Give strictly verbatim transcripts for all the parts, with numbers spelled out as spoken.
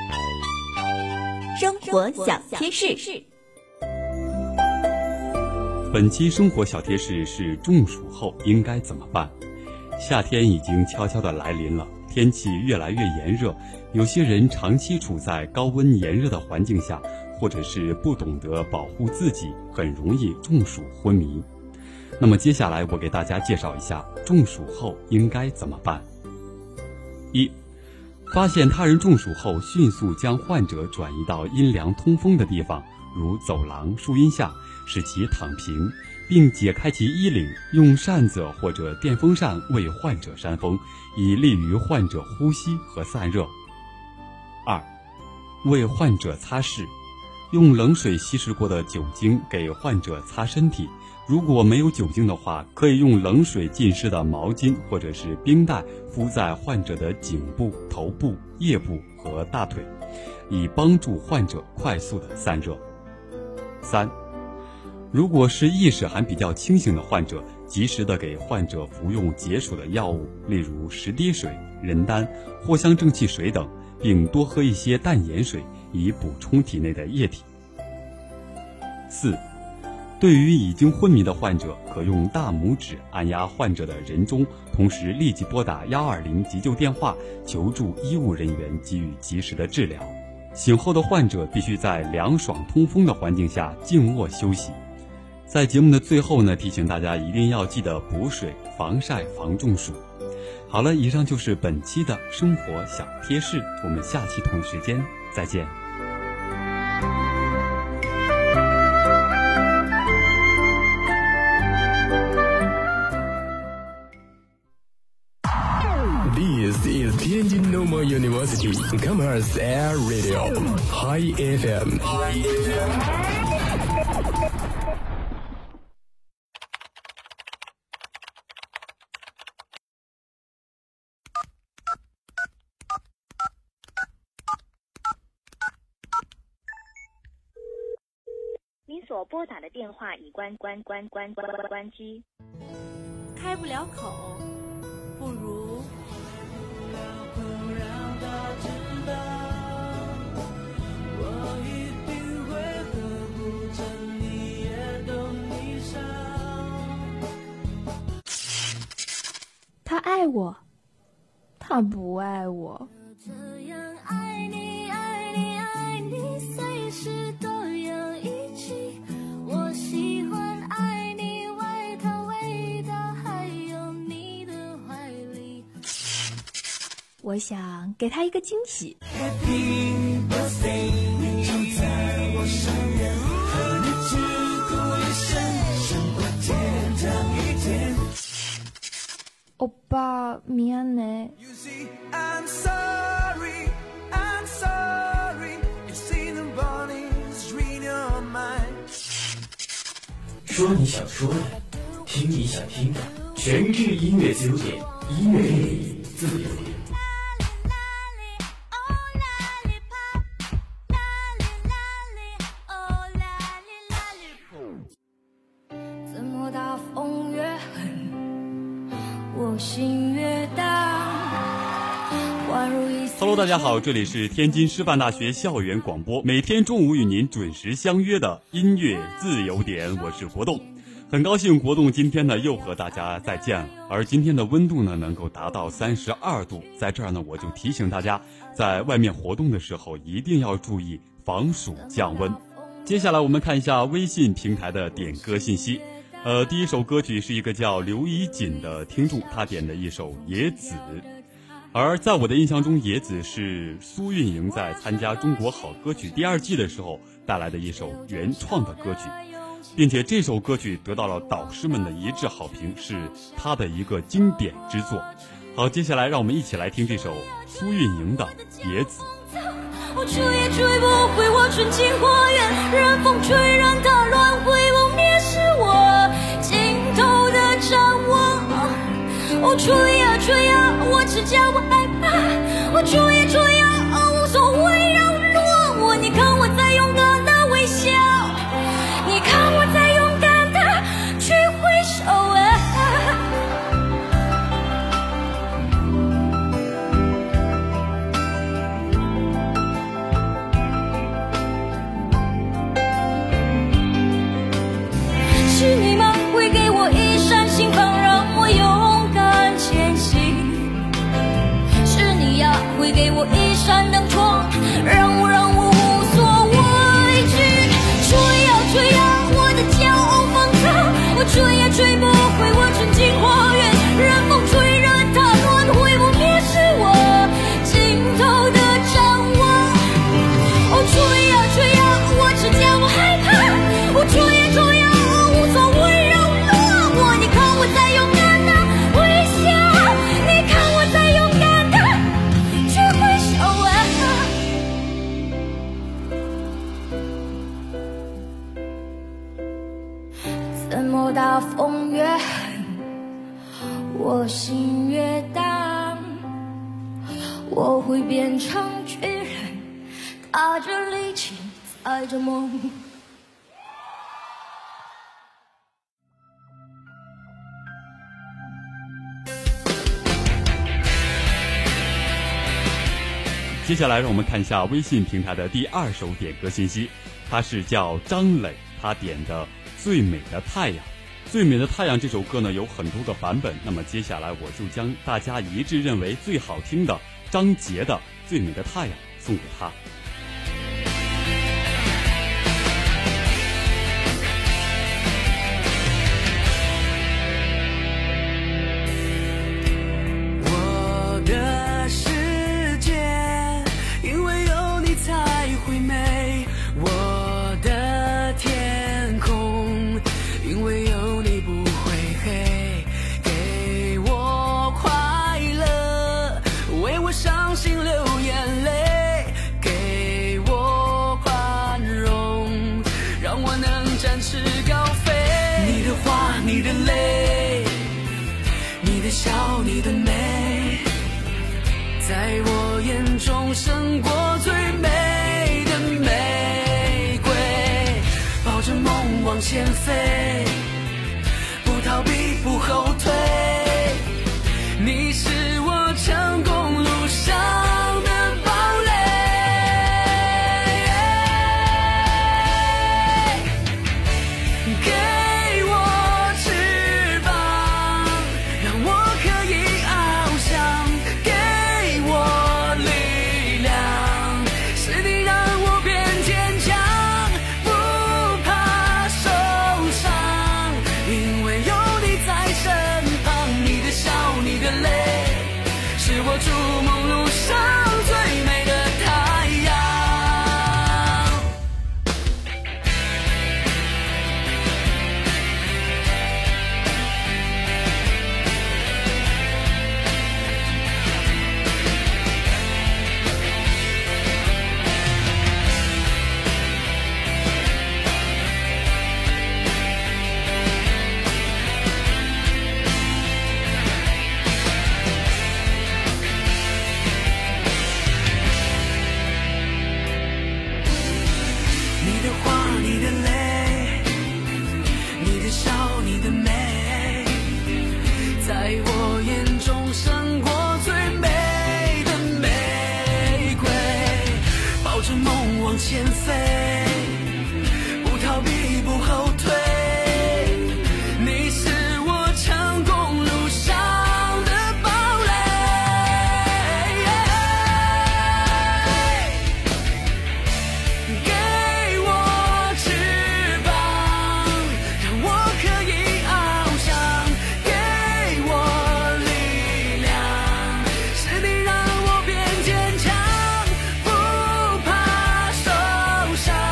生活小贴士。 本期生活小贴士是中暑后应该怎么办？夏天已经悄悄地来临了，天气越来越炎热，有些人长期处在高温炎热的环境下，或者是不懂得保护自己，很容易中暑昏迷。那么接下来我给大家介绍一下中暑后应该怎么办。一、发现他人中暑后，迅速将患者转移到阴凉通风的地方，如走廊、树荫下，使其躺平，并解开其衣领，用扇子或者电风扇为患者扇风，以利于患者呼吸和散热。二、为患者擦拭，用冷水稀释过的酒精给患者擦身体，如果没有酒精的话，可以用冷水浸湿的毛巾或者是冰袋敷在患者的颈部、头部、腋部和大腿，以帮助患者快速的散热。三、如果是意识还比较清醒的患者，及时的给患者服用解暑的药物，例如十滴水、人丹、藿香正气水等，并多喝一些淡盐水，以补充体内的液体。四、对于已经昏迷的患者，可用大拇指按压患者的人中，同时立即拨打一二零急救电话，求助医务人员给予及时的治疗。醒后的患者必须在凉爽通风的环境下静卧休息。在节目的最后呢，提醒大家一定要记得补水、防晒、防中暑。好了，以上就是本期的生活小贴士，我们下期同一时间再见。 This is Tianjin Normal University Commerce Air Radio High F M。 您所拨打的电话已关关关关关关关机， 开不了口，不如他爱我，他不爱我。 这样爱你爱你爱你，随时都要一起。我喜欢爱你外套味道，还有你的怀里。 我想给他一个惊喜。 Happy birthday， 你就在我身边，和你只顾一生，生活天长一天。 欧巴，미안해。 You see, I'm sorry, I'm sorry. You see the bodies read your mind. 说你想说的，听你想听的，全智音乐自由点，音乐魅力自由点。 怎么大风越狠，我心越大。 Hello， 大家好，这里是天津师范大学校园广播，每天中午与您准时相约的音乐自由点，我是国栋。很高兴国栋今天呢又和大家再见了，而今天的温度呢能够达到三十二度，在这儿呢我就提醒大家，在外面活动的时候一定要注意防暑降温。接下来我们看一下微信平台的点歌信息。呃，第一首歌曲是一个叫刘怡锦的听众，他点的一首《野子》。而在我的印象中，野子是苏运莹在参加中国好歌曲第二季的时候带来的一首原创的歌曲，并且这首歌曲得到了导师们的一致好评，是他的一个经典之作。好，接下来让我们一起来听这首苏运莹的《野子》。 我追也追不回我纯净花园，任风吹让它乱回，我蔑视我尽头的张望。我追呀追呀，我只叫我害怕。我追呀追呀，无所谓扰乱我。你看我在勇敢的微笑，你看我在勇敢的去挥手啊。 给我一扇灯窗，让我让我无所畏惧。吹呀吹呀，我的骄傲放肆，我吹也吹不回我纯净花园，任风吹任它乱，会不灭是我尽头的展望。哦，吹呀吹呀，我只叫我害怕，我吹呀吹呀，无所谓让我落寞。你看我在勇敢的微笑，你看我在勇敢的去挥手啊。怎么大风越狠，我心越荡，我会变成巨人，踏着力气，载着梦。 接下来让我们看一下微信平台的第二首点歌信息，它是叫张磊，他点的《最美的太阳》。最美的太阳这首歌呢有很多个版本，那么接下来我就将大家一致认为最好听的张杰的《最美的太阳》送给他。 我的世界因为有你才会美，我的天空因为有你不会黑，给我快乐，为我伤心流眼泪，给我宽容，让我能展翅高飞。你的话，你的泪，你的笑，你的美，在我眼中胜过最美的玫瑰。抱着梦往前飞，不逃避，不后退，你是我成功路上的堡垒。给我翅膀，让我可以翱翔，给我力量，是你让我变坚强，不怕受伤，因为有你在身旁。你的笑，你的泪，是我筑梦路上最美的太阳。你的话，你的泪，你的笑，你的美，在我眼中胜过最美的玫瑰。抱着梦往前飞，不逃避，不后退，你是我成功路上的堡垒。给我翅膀，让我可以翱翔，给我力量，是你让我变坚强，不怕受伤。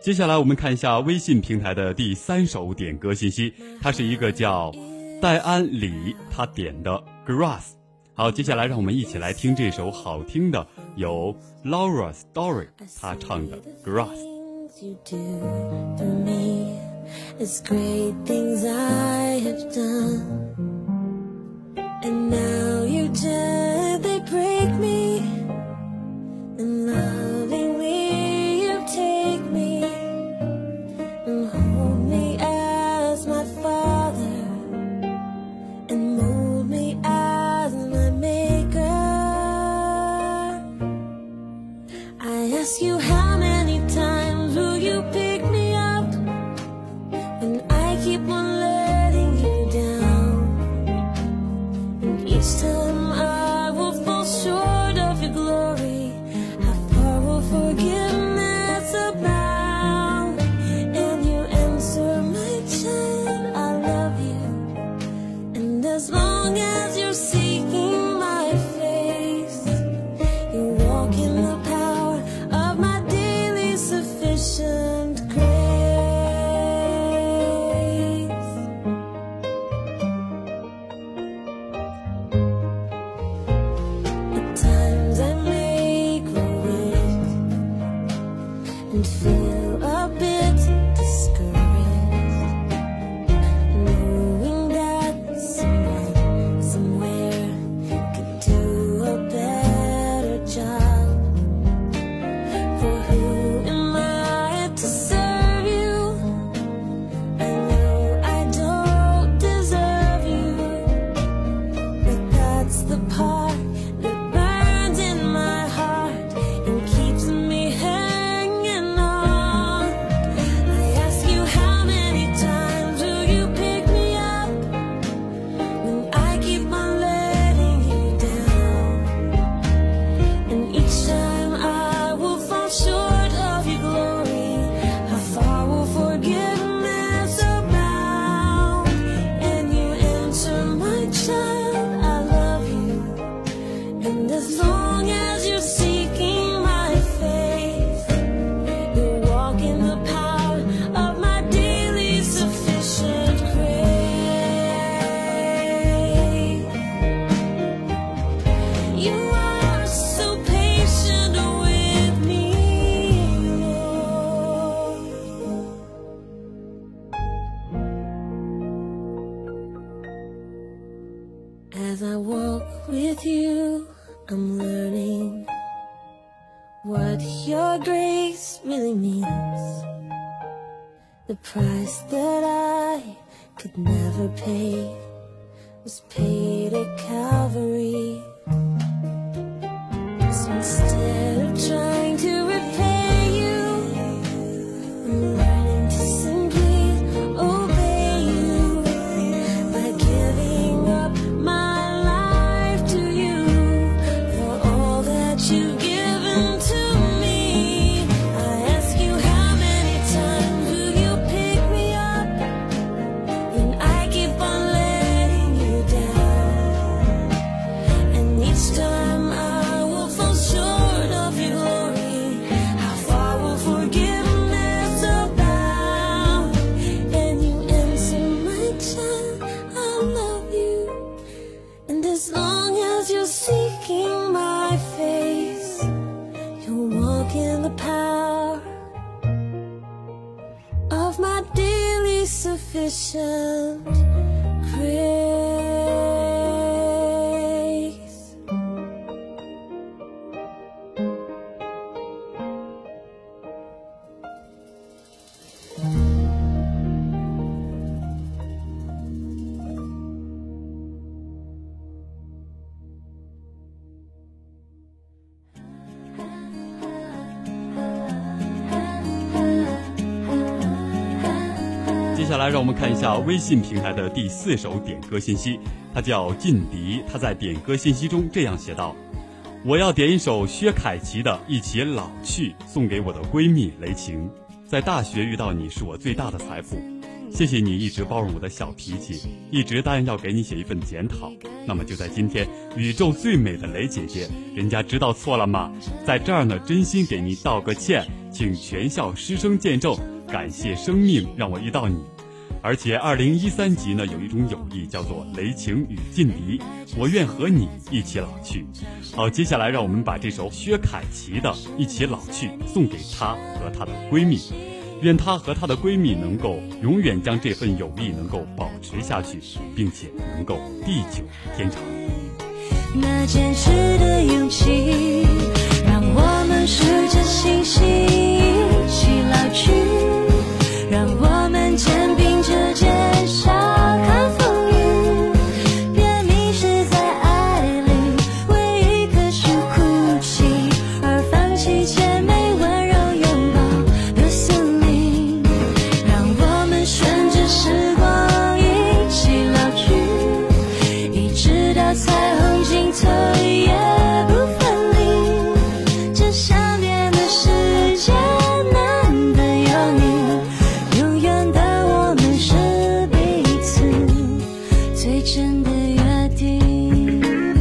接下来我们看一下微信平台的第三首点歌信息，它是一个叫戴安李他点的 Grass。 好，接下来让我们一起来听这首好听的由 Laura Story 他唱的 Grass。 You do for me, it's great things I have done, and now you gently break me, and lovingly you take me and hold me as my father and mold me as my maker. I ask you how many times will you pick me up when I keep on letting you down, and each time I will fall short of your glory. How far will forgiveness abound? And you answer, my child, I love you, and as long as you're seeking my face, you walk in the power of my daily sufficient grace. At times I make a wish and feel a bit discouraged, knowing that someone somewhere could do a better job. For who am I to serve you? I know I don't deserve you, but that's the part that burns in my heart and keeps me hanging on. I ask you how many times will you pick me up when I keep on letting you down, and each time I will fall short of your glory. How far will forgiveness abound? And you answer, my child, I love you, and as long as you're seeking my face, you walk in the power of my daily sufficient grace. You are so patient with me, Lord. As I walk with you, I'm learning what your grace really means. The price that I could never pay was paid at Calvary. So instead of trying to repay you, I'm learning to simply obey you by giving up my life to you for all that you've given to me. I ask you how many times will you pick me up when I keep on letting you down, and each time I will fall short of your glory. How far will forgiveness abound? And you answer, my child, I love you, and as long as you're seeking my face, you'll walk in the power of my daily sufficient grace. 接下来让我们看一下微信平台的第四首点歌信息，他叫劲迪，他在点歌信息中这样写道：我要点一首薛凯琪的《一起老去》，送给我的闺蜜雷晴。在大学遇到你是我最大的财富， 谢谢你一直包容我的小脾气，一直答应要给你写一份检讨。那么就在今天，宇宙最美的雷姐姐，人家知道错了吗？在这儿呢，真心给你道个歉，请全校师生见证，感谢生命让我遇到你。而且二零一三级呢，有一种友谊叫做雷情与劲敌，我愿和你一起老去。好，接下来让我们把这首薛凯琪的《一起老去》送给她和她的闺蜜，愿她和她的闺蜜能够永远将这份友谊能够保持下去，并且能够地久天长。 那坚持的勇气，让我们数着星星一起老去，让我们肩并着肩笑看风雨，别迷失在爱里，为一棵树哭泣，而放弃甜美温柔拥抱的森林，让我们顺着时光一起老去，一直到彩虹尽头也不分离。这想念的世界难得有你，永远的我们是彼此最真的约定。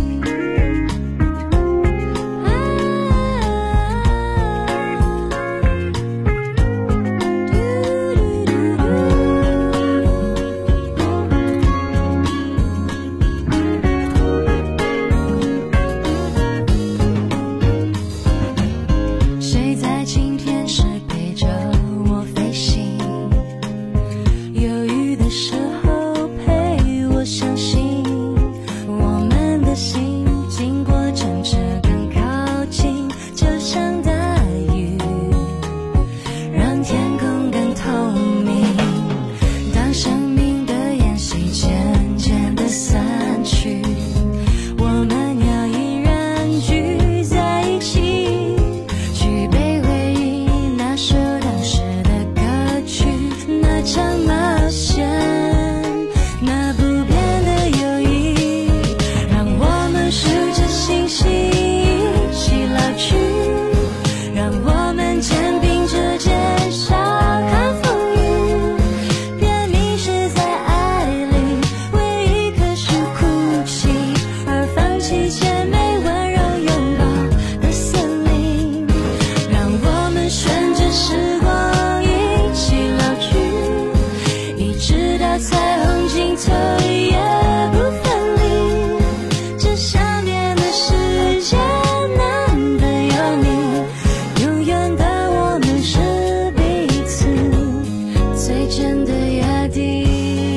谁在晴天时陪着我飞行，犹豫的时候陪我相信，我们的心经过争执更靠近，就像大雨让天空更透明。当生命的宴席渐渐地散去，我们要依然聚在一起，举杯回忆那首当时的歌曲，那场冒险，那不变的友谊，让我们数着星星一起老去，让我们肩并着肩笑看风雨，别迷失在爱里，为一棵树哭泣，而放弃甜美温柔拥抱的森林，让我们顺着时光一起老去，一直到彩虹尽头也不分离。这想念的世界难得有你，永远的我们是彼此最真的约定。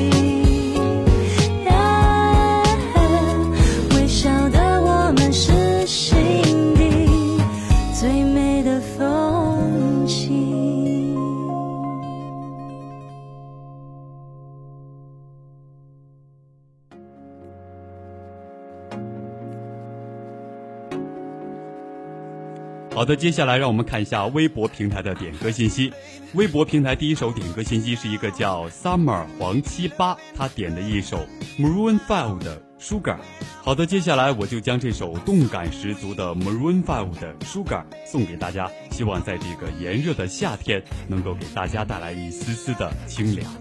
微笑的我们是心底最美的风景。 好的，接下来让我们看一下微博平台的点歌信息。微博平台第一首点歌信息是一个叫 Summer 黄七八，他点的一首 Maroon 五的 Sugar。 好的，接下来我就将这首动感十足的 Maroon 五的 Sugar 送给大家，希望在这个炎热的夏天能够给大家带来一丝丝的清凉。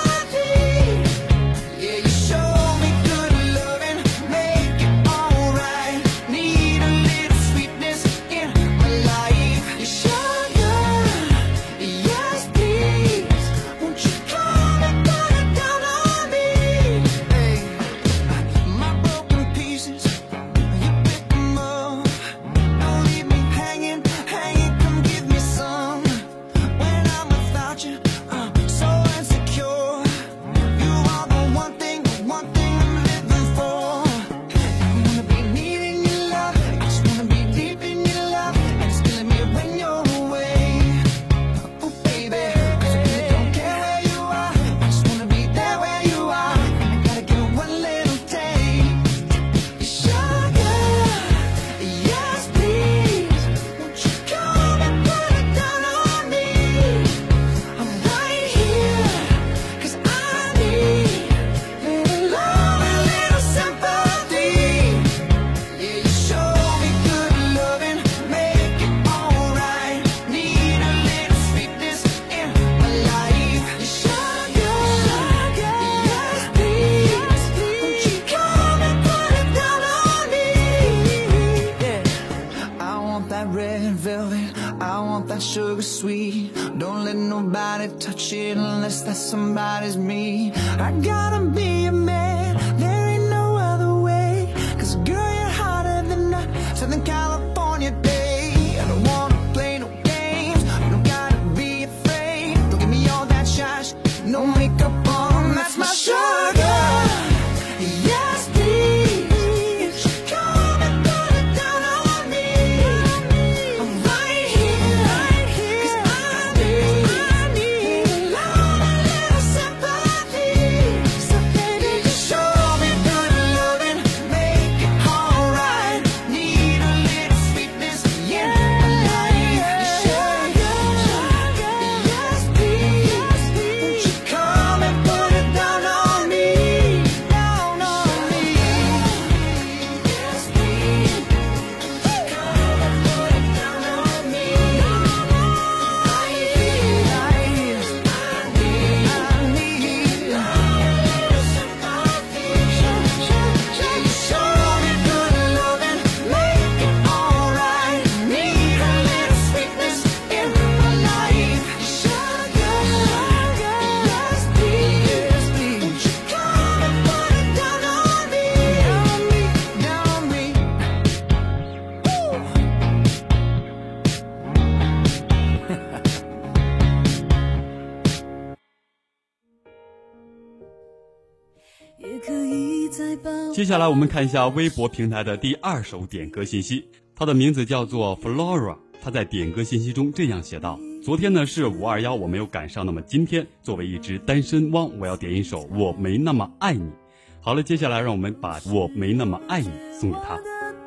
Yeah, you show me good loving, make it alright. touch it unless that somebody's me. I gotta be a man, there ain't no other way. Cause girl, you're hotter than a Southern California day. I don't wanna play no games, you don't gotta be afraid. Don't give me all that shy, no makeup on, that's my sugar. Yes, please, come and put it down on me. I'm right here, cause I need, I need a little sympathy. So baby, just show me good loving, make it alright. Need a little sweetness in my life. Sugar, yes please, won't you come and put it down on me, down on me. Yes please, come and put it down on me. I need, I need, I need, I need sympathy. Show me good loving, make it alright. Need a little sweetness in my life. Sugar, yes please, won't you come and put it down on me, down on me, down on me. 接下来我们看一下微博平台的第二首点歌信息，它的名字叫做 Flora。 他在点歌信息中这样写道：昨天呢是五二一，我没有赶上，那么今天作为一只单身汪，我要点一首我没那么爱你。好了，接下来让我们把我没那么爱你送给他。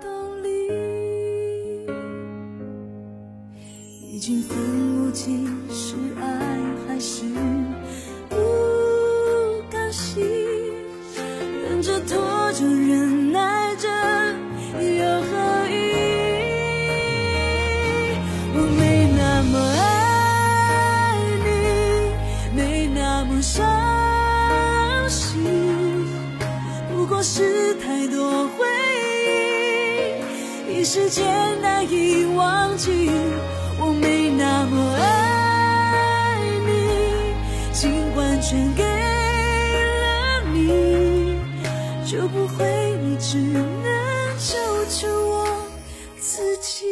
已经分不清是爱还是不甘心，忍着拖着忍耐着又何意？我没那么爱你，没那么伤心，不过是太多回忆，一时间难以忘记。我没那么爱你，尽管全给了你，救不回你，只能救救我自己。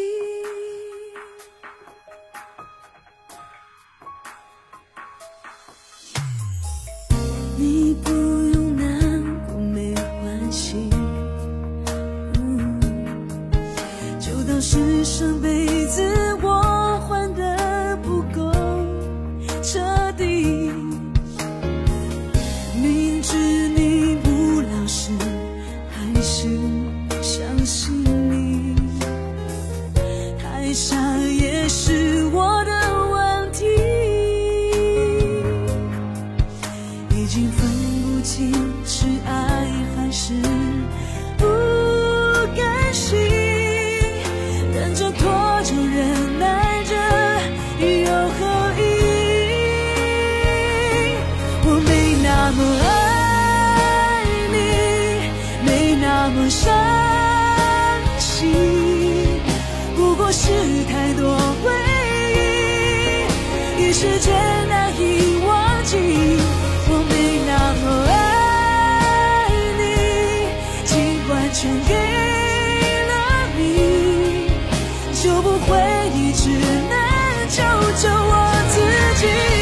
你不用难过，没关系，嗯，就当是上辈子我还得不够彻底。明知你不老实，还是相信你，太傻也是我的问题。已经分不清是爱还是不甘心，忍着拖着忍耐着又何意？我没那么爱你，没那么伤心，不过是太多回忆，一时间难以忘记。我没那么爱你，尽管全给了你，救不回你，只能救救我自己。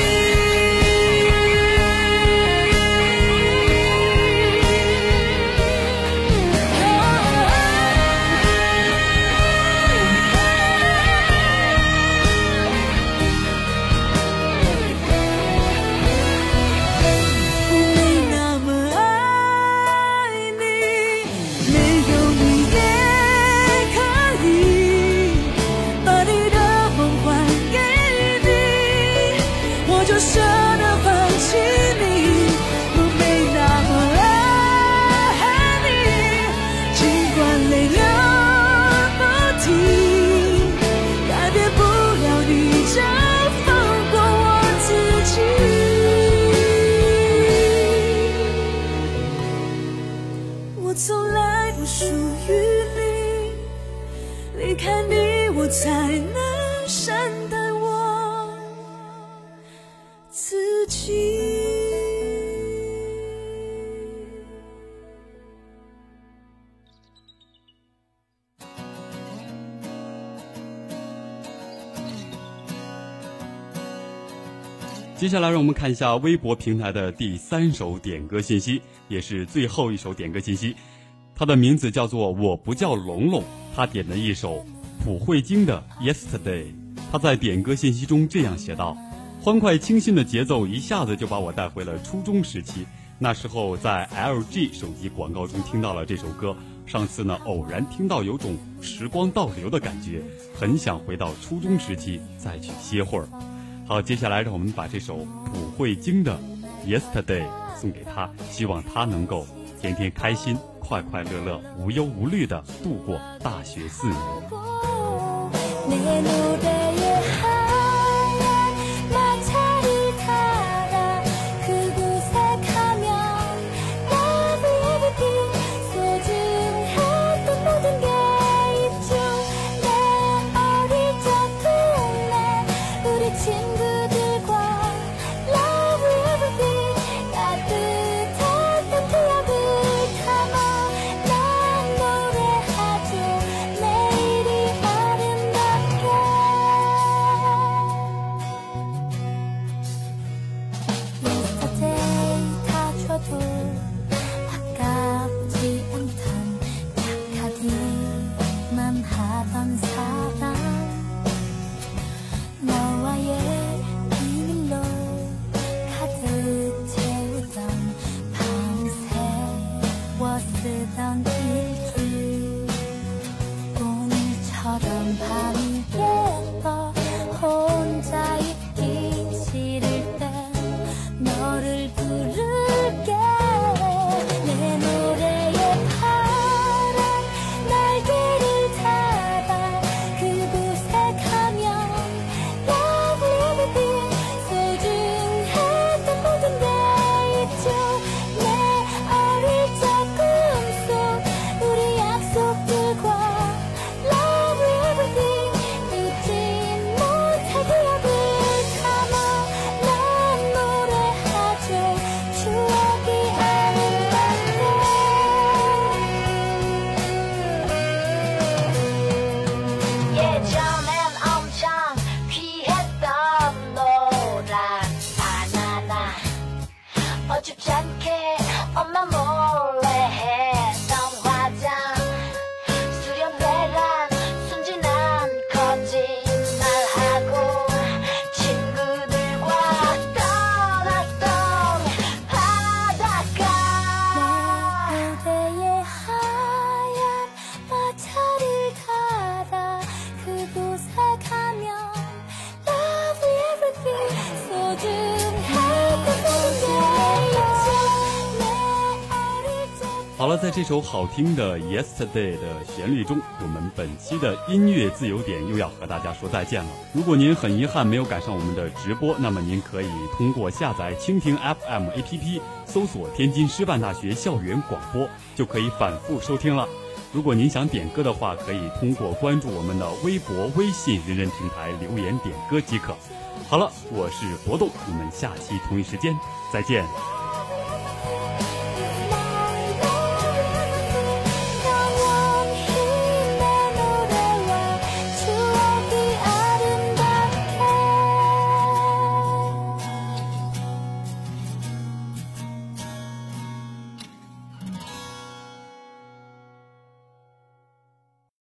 我从来不属于你，离开你我才能善待我自接下来让我们看一下微博平台的第三首点歌信息，也是最后一首点歌信息。他的名字叫做我不叫龙龙，他点的一首朴慧晶的 Yesterday。 他在点歌信息中这样写道：欢快清新的节奏一下子就把我带回了初中时期，那时候在 L G 手机广告中听到了这首歌，上次呢偶然听到，有种时光倒流的感觉，很想回到初中时期再去歇会儿。好，接下来让我们把这首朴慧晶的 Yesterday 送给他，希望他能够天天开心，快快乐乐，无忧无虑地度过大学四年。好了，在这首好听的 Yesterday 的旋律中，我们本期的音乐自由点又要和大家说再见了。如果您很遗憾没有赶上我们的直播，那么您可以通过下载蜻蜓 F M A P P 搜索天津师范大学校园广播，就可以反复收听了。如果您想点歌的话，可以通过关注我们的微博、微信人人平台留言点歌即可。好了，我是博栋，我们下期同一时间再见。